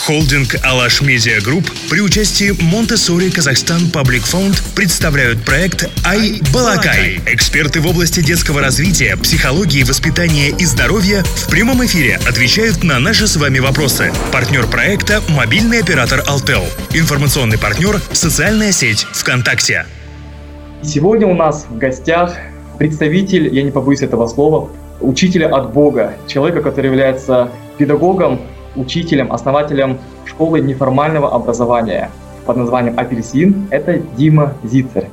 Холдинг «Алаш Медиа Групп» при участии Монтессори Казахстан Паблик Фонд представляют проект «Ай Балакай». Эксперты в области детского развития, психологии, воспитания и здоровья в прямом эфире отвечают на наши с вами вопросы. Партнер проекта – мобильный оператор Алтел. Информационный партнер – социальная сеть ВКонтакте. Сегодня у нас в гостях представитель, я не побоюсь этого слова, учителя от Бога, человека, который является педагогом, учителем, основателем школы неформального образования под названием «Апельсин». Это Дима Зицер.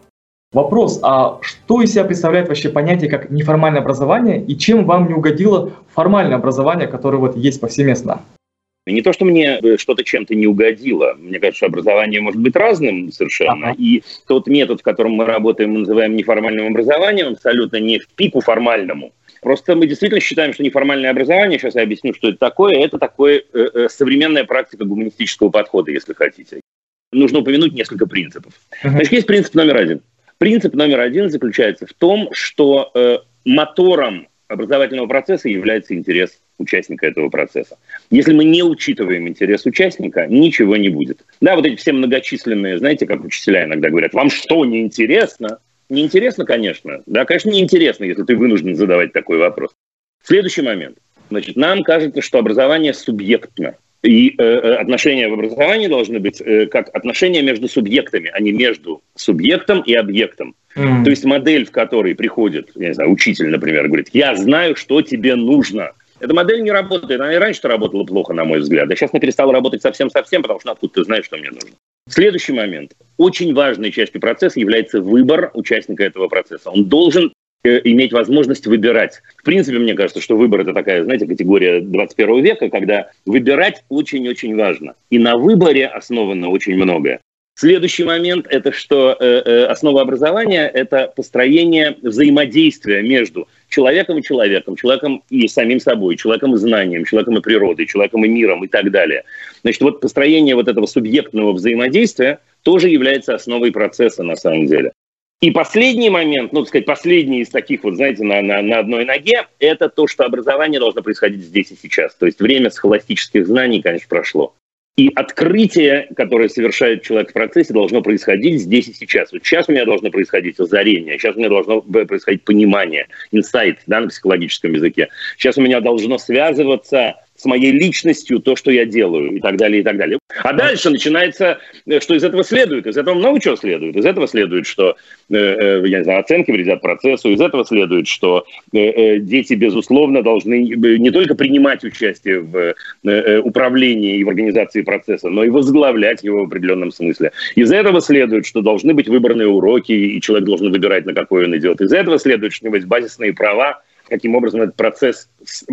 Вопрос, а что из себя представляет вообще понятие как неформальное образование и чем вам не угодило формальное образование, которое вот есть повсеместно? Не то, что мне что-то чем-то не угодило. Мне кажется, что образование может быть разным совершенно. И тот метод, в котором мы работаем, мы называем неформальным образованием, абсолютно не в пику формальному. Просто мы действительно считаем, что неформальное образование, сейчас я объясню, что это такое современная практика гуманистического подхода, если хотите. Нужно упомянуть несколько принципов. Значит, есть принцип номер один. Принцип номер один заключается в том, что мотором образовательного процесса является интерес участника этого процесса. Если мы не учитываем интерес участника, ничего не будет. Да, вот эти все многочисленные, знаете, как учителя иногда говорят, вам что, не интересно? Неинтересно, конечно. Да, конечно, неинтересно, если ты вынужден задавать такой вопрос. Следующий момент. Значит, нам кажется, что образование субъектно. И отношения в образовании должны быть как отношения между субъектами, а не между субъектом и объектом. То есть модель, в которой приходит, я не знаю, учитель, например, говорит, я знаю, что тебе нужно. Эта модель не работает. Она и раньше-то работала плохо, на мой взгляд. А сейчас она перестала работать совсем-совсем, потому что откуда ты знаешь, что мне нужно. Следующий момент. Очень важной частью процесса является выбор участника этого процесса. Он должен иметь возможность выбирать. В принципе, мне кажется, что выбор – это такая, знаете, категория 21 века, когда выбирать очень-очень важно. И на выборе основано очень многое. Следующий момент – это что основа образования – это построение взаимодействия между человеком и человеком, человеком и самим собой, человеком и знанием, человеком и природой, человеком и миром и так далее. Значит, вот построение вот этого субъектного взаимодействия тоже является основой процесса на самом деле. И последний момент, последний из таких вот, знаете, на одной ноге, это то, что образование должно происходить здесь и сейчас. То есть время схоластических знаний, конечно, прошло. И открытие, которое совершает человек в процессе, должно происходить здесь и сейчас. Вот сейчас у меня должно происходить озарение, сейчас у меня должно происходить понимание, инсайт, да, на психологическом языке. Сейчас у меня должно связываться с моей личностью то, что я делаю, и так далее, и так далее. А дальше начинается, что из этого следует. Из этого много чего следует. Из этого следует, что я не знаю, оценки вредят процессу. Из этого следует, что дети, безусловно, должны не только принимать участие в управлении и в организации процесса, но и возглавлять его в определенном смысле. Из этого следует, что должны быть выбранные уроки, и человек должен выбирать, на какой он идет. Из этого следует, что у него есть базисные права, каким образом этот процесс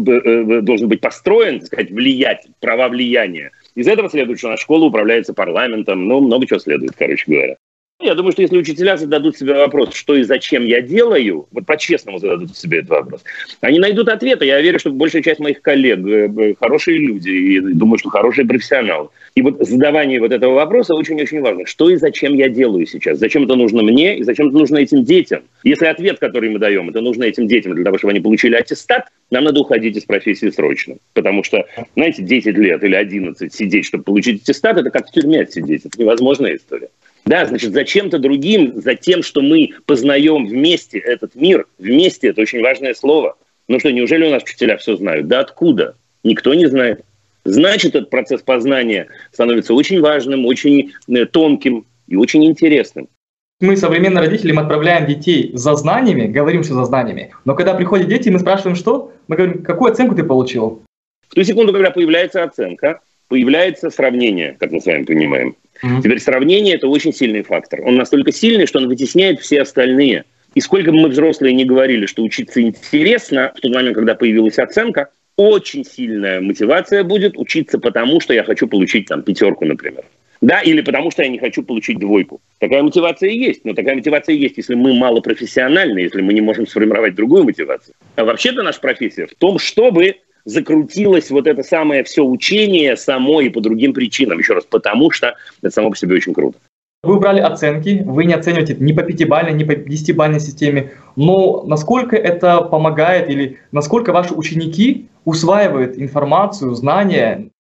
должен быть построен, так сказать, влиять, права влияния. Из этого следует, что наша школа управляется парламентом, много чего следует, короче говоря. Я думаю, что если учителя зададут себе вопрос, что и зачем я делаю, вот по-честному зададут себе этот вопрос, они найдут ответы. Я верю, что большая часть моих коллег хорошие люди, и думаю, что хорошие профессионалы. И вот задавание вот этого вопроса очень-очень важно. Что и зачем я делаю сейчас? Зачем это нужно мне и зачем это нужно этим детям? Если ответ, который мы даем, это нужно этим детям для того, чтобы они получили аттестат, нам надо уходить из профессии срочно. Потому что, знаете, 10 лет или 11 сидеть, чтобы получить аттестат, это как в тюрьме сидеть. Это невозможная история. Да, значит, за чем-то другим, за тем, что мы познаем вместе этот мир, вместе – это очень важное слово. Ну что, неужели у нас учителя все знают? Да откуда? Никто не знает. Значит, этот процесс познания становится очень важным, очень тонким и очень интересным. Мы, современные родители, мы отправляем детей за знаниями, говорим, что за знаниями. Но когда приходят дети, мы спрашиваем, что? Мы говорим, какую оценку ты получил? В ту секунду, когда появляется оценка, появляется сравнение, как мы с вами понимаем. Теперь сравнение – это очень сильный фактор. Он настолько сильный, что он вытесняет все остальные. И сколько бы мы, взрослые, не говорили, что учиться интересно, в тот момент, когда появилась оценка, очень сильная мотивация будет учиться потому, что я хочу получить там 5, например. Да, или потому что я не хочу получить 2. Такая мотивация и есть. Но такая мотивация и есть, если мы малопрофессиональны, если мы не можем сформировать другую мотивацию. А вообще-то наша профессия в том, чтобы закрутилось вот это самое все учение само и по другим причинам. Еще раз, потому что это само по себе очень круто. Вы убрали оценки, вы не оцениваете ни по 5-бальной, ни по 10-бальной системе. Но насколько это помогает или насколько ваши ученики усваивают информацию, знания?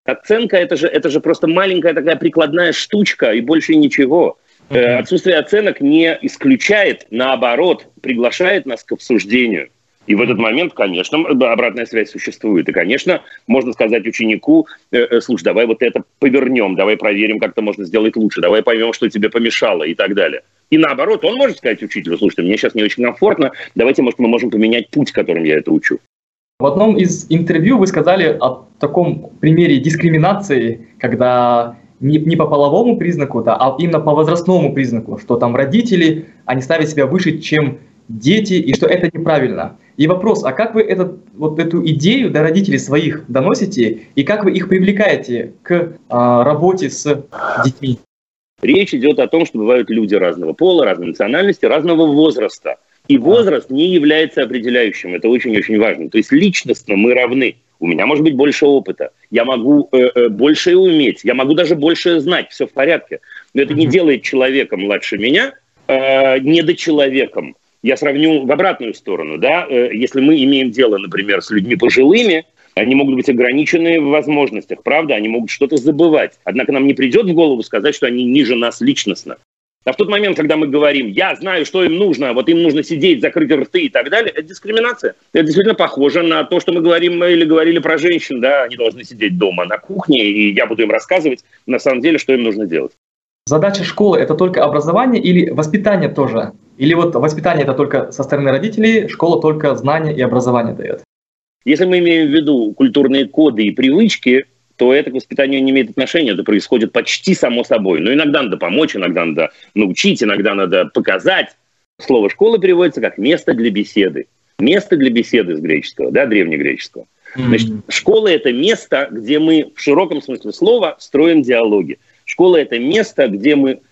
Оценка это же просто маленькая такая прикладная штучка и больше ничего. Отсутствие оценок не исключает, наоборот, приглашает нас к обсуждению. И в этот момент, конечно, обратная связь существует. И, конечно, можно сказать ученику: слушай, давай вот это повернем, давай проверим, как это можно сделать лучше, давай поймем, что тебе помешало и так далее. И наоборот, он может сказать учителю: слушайте, мне сейчас не очень комфортно, давайте, может, мы можем поменять путь, которым я это учу. В одном из интервью вы сказали о таком примере дискриминации, когда не по половому признаку, да, а именно по возрастному признаку, что там родители, они ставят себя выше, чем дети, и что это неправильно. И вопрос: а как вы эту идею до родителей своих доносите, и как вы их привлекаете к работе с детьми? Речь идет о том, что бывают люди разного пола, разной национальности, разного возраста. И возраст не является определяющим, это очень-очень важно. То есть личностно мы равны. У меня может быть больше опыта, я могу больше уметь, я могу даже больше знать, все в порядке. Но это не делает человека младше меня недочеловеком. Я сравню в обратную сторону. Да? Если мы имеем дело, например, с людьми пожилыми, они могут быть ограничены в возможностях, правда? Они могут что-то забывать. Однако нам не придет в голову сказать, что они ниже нас личностно. А в тот момент, когда мы говорим: я знаю, что им нужно, вот им нужно сидеть, закрыть рты и так далее, это дискриминация. Это действительно похоже на то, что мы говорим или говорили про женщин. Да? Они должны сидеть дома на кухне, и я буду им рассказывать, на самом деле, что им нужно делать. Задача школы – это только образование или воспитание тоже? Или вот воспитание – это только со стороны родителей, школа только знания и образование дает? Если мы имеем в виду культурные коды и привычки, то это к воспитанию не имеет отношения, это происходит почти само собой. Но иногда надо помочь, иногда надо научить, иногда надо показать. Слово «школа» переводится как «место для беседы». Место для беседы с греческого, да, древнегреческого. Значит, школа – это место, где мы в широком смысле слова строим диалоги. Школа – это место, где мы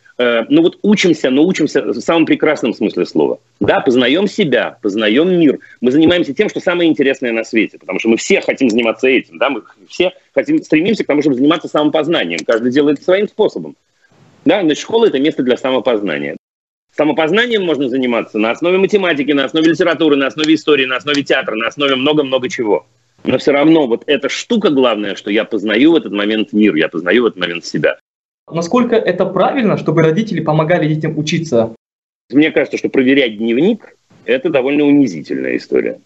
учимся, но учимся в самом прекрасном смысле слова. Да, познаем себя, познаем мир. Мы занимаемся тем, что самое интересное на свете, потому что мы все хотим заниматься этим. Да? Мы все стремимся к тому, чтобы заниматься самопознанием. Каждый делает своим способом. Да? Значит, школа – это место для самопознания. Самопознанием можно заниматься на основе математики, на основе литературы, на основе истории, на основе театра, на основе много-много чего. Но все равно вот эта штука главная, что я познаю в этот момент мир, я познаю в этот момент себя. Насколько это правильно, чтобы родители помогали детям учиться? Мне кажется, что проверять дневник – это довольно унизительная история.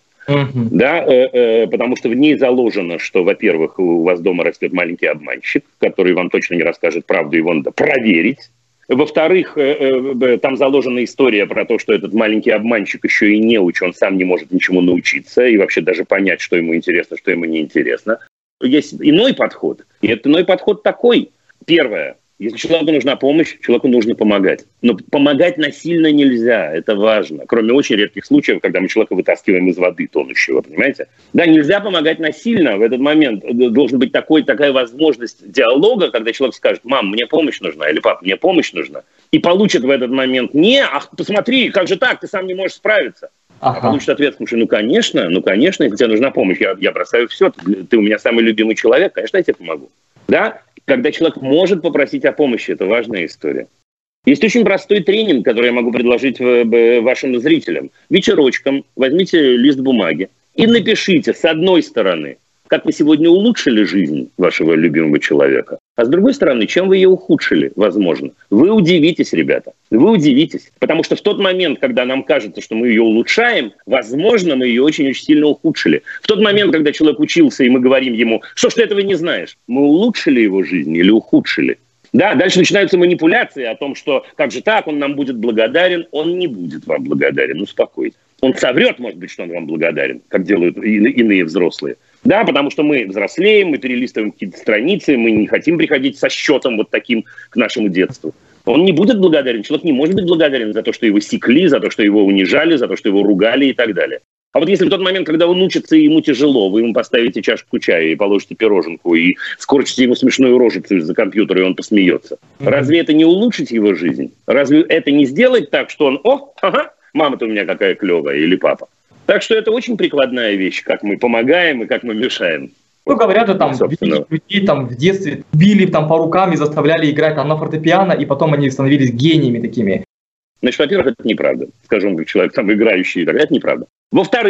Да, потому что в ней заложено, что, во-первых, у вас дома растет маленький обманщик, который вам точно не расскажет правду, его надо проверить. Во-вторых, там заложена история про то, что этот маленький обманщик еще и неуч, он сам не может ничему научиться и вообще даже понять, что ему интересно, что ему неинтересно. Есть иной подход, и этот иной подход такой. Первое. Если человеку нужна помощь, человеку нужно помогать. Но помогать насильно нельзя, это важно. Кроме очень редких случаев, когда мы человека вытаскиваем из воды тонущего, понимаете? Да, нельзя помогать насильно. В этот момент должна быть такая возможность диалога, когда человек скажет: мам, мне помощь нужна, или пап, мне помощь нужна. И получит в этот момент: не, ах, посмотри, как же так, ты сам не можешь справиться. А получит ответ: слушай, ну конечно, если тебе нужна помощь, я бросаю все, ты у меня самый любимый человек, конечно, я тебе помогу. Да? Когда человек может попросить о помощи, это важная история. Есть очень простой тренинг, который я могу предложить вашим зрителям. Вечерочком возьмите лист бумаги и напишите с одной стороны, как вы сегодня улучшили жизнь вашего любимого человека, а с другой стороны, чем вы ее ухудшили, возможно. Вы удивитесь, ребята, вы удивитесь. Потому что в тот момент, когда нам кажется, что мы ее улучшаем, возможно, мы ее очень-очень сильно ухудшили. В тот момент, когда человек учился, и мы говорим ему: что ж ты этого не знаешь, мы улучшили его жизнь или ухудшили? Да, дальше начинаются манипуляции о том, что как же так, он нам будет благодарен. Он не будет вам благодарен, успокойтесь. Он соврет, может быть, что он вам благодарен, как делают иные взрослые. Да, потому что мы взрослеем, мы перелистываем какие-то страницы, мы не хотим приходить со счетом вот таким к нашему детству. Он не будет благодарен, человек не может быть благодарен за то, что его секли, за то, что его унижали, за то, что его ругали и так далее. А вот если в тот момент, когда он учится и ему тяжело, вы ему поставите чашку чая и положите пироженку и скорчите ему смешную рожицу из-за компьютера, и он посмеется. Разве это не улучшить его жизнь? Разве это не сделать так, что он: мама-то у меня какая клевая, или папа? Так что это очень прикладная вещь, как мы помогаем и как мы мешаем. Ну, говорят же, там, людей там в детстве били там по рукам и заставляли играть там на фортепиано, и потом они становились гениями такими. Значит, во-первых, это неправда. Скажу вам, как человек там играющий, это неправда. Во-вторых,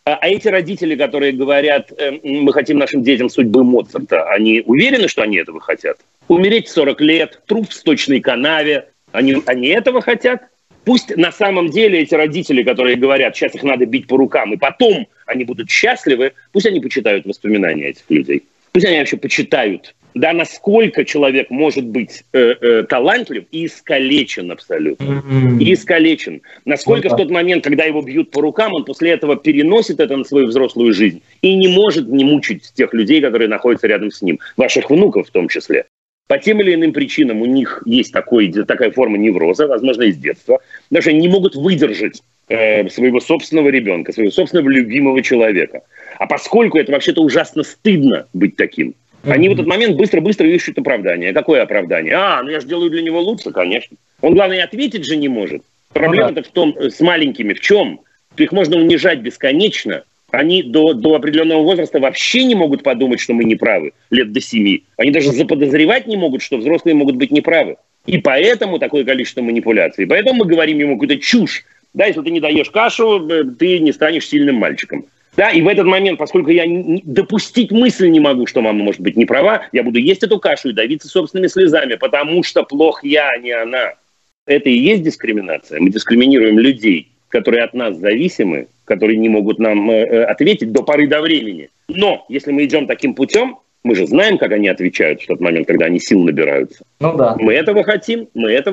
А эти родители, которые говорят, мы хотим нашим детям судьбы Моцарта, они уверены, что они этого хотят? Умереть в 40 лет, труп в сточной канаве, они этого хотят? Пусть на самом деле эти родители, которые говорят, сейчас их надо бить по рукам, и потом они будут счастливы, пусть они почитают воспоминания этих людей. Пусть они вообще почитают, да, насколько человек может быть талантлив и искалечен абсолютно. И искалечен. Насколько в тот момент, когда его бьют по рукам, он после этого переносит это на свою взрослую жизнь и не может не мучить тех людей, которые находятся рядом с ним. Ваших внуков в том числе. По тем или иным причинам у них есть такая форма невроза, возможно, из детства. Даже они не могут выдержать своего собственного ребенка, своего собственного любимого человека. А поскольку это вообще-то ужасно стыдно быть таким, они в этот момент быстро-быстро ищут оправдание. Какое оправдание? Ну я же делаю для него лучше, конечно. Он, главное, ответить же не может. Проблема-то в том, с маленькими, в чем? Их можно унижать бесконечно. Они до определенного возраста вообще не могут подумать, что мы неправы, лет до 7. Они даже заподозревать не могут, что взрослые могут быть неправы. И поэтому такое количество манипуляций. Поэтому мы говорим ему какую-то чушь. Да, если ты не даешь кашу, ты не станешь сильным мальчиком. Да, и в этот момент, поскольку я допустить мысль не могу, что мама может быть не права, я буду есть эту кашу и давиться собственными слезами, потому что плох я, а не она. Это и есть дискриминация. Мы дискриминируем людей, которые от нас зависимы, которые не могут нам ответить до поры до времени. Но если мы идем таким путем, мы же знаем, как они отвечают в тот момент, когда они сил набираются. Мы этого хотим.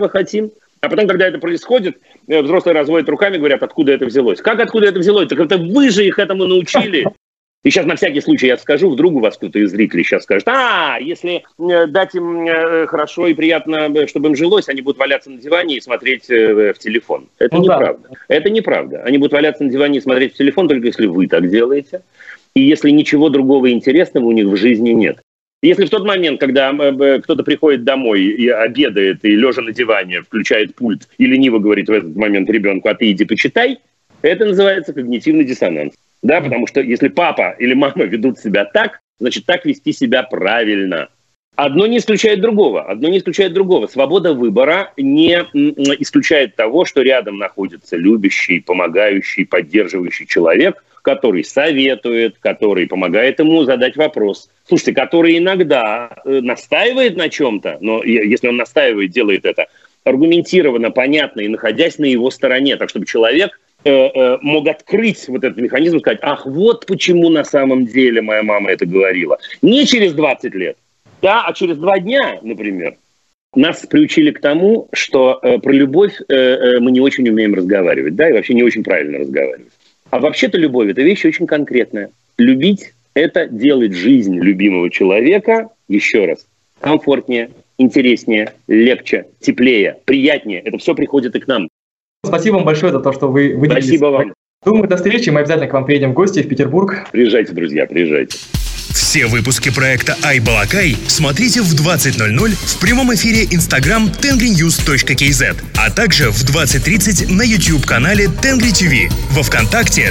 А потом, когда это происходит, взрослые разводят руками, говорят, откуда это взялось. Как откуда это взялось? Так это вы же их этому научили. И сейчас на всякий случай я скажу, вдруг у вас кто-то из зрителей сейчас скажет, если дать им хорошо и приятно, чтобы им жилось, они будут валяться на диване и смотреть в телефон. Это неправда. Это неправда. Они будут валяться на диване и смотреть в телефон, только если вы так делаете. И если ничего другого интересного у них в жизни нет. Если в тот момент, когда кто-то приходит домой и обедает, и лежа на диване включает пульт, и лениво говорит в этот момент ребенку, а ты иди почитай, это называется когнитивный диссонанс. Да, потому что если папа или мама ведут себя так, значит, так вести себя правильно. Одно не исключает другого. Свобода выбора не исключает того, что рядом находится любящий, помогающий, поддерживающий человек, который советует, который помогает ему задать вопрос. Слушайте, который иногда настаивает на чем-то, но если он настаивает, делает это аргументированно, понятно и находясь на его стороне, так чтобы человек мог открыть вот этот механизм и сказать, вот почему на самом деле моя мама это говорила. Не через 20 лет, да, а через 2 дня, например. Нас приучили к тому, что про любовь мы не очень умеем разговаривать, да, и вообще не очень правильно разговаривать. А вообще-то любовь – это вещь очень конкретная. Любить – это делать жизнь любимого человека, еще раз, комфортнее, интереснее, легче, теплее, приятнее. Это все приходит и к нам. Спасибо вам большое за то, что вы выделились. Спасибо вам. Думаю, до встречи. Мы обязательно к вам приедем в гости в Петербург. Приезжайте, друзья, приезжайте. Все выпуски проекта iBalakay смотрите в 20:00 в прямом эфире Instagram tengrinews.kz, а также в 20:30 на YouTube-канале Tengri TV, во Вконтакте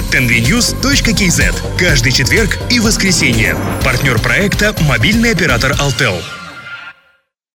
tengrinews.kz. Каждый четверг и воскресенье. Партнер проекта – мобильный оператор Altel.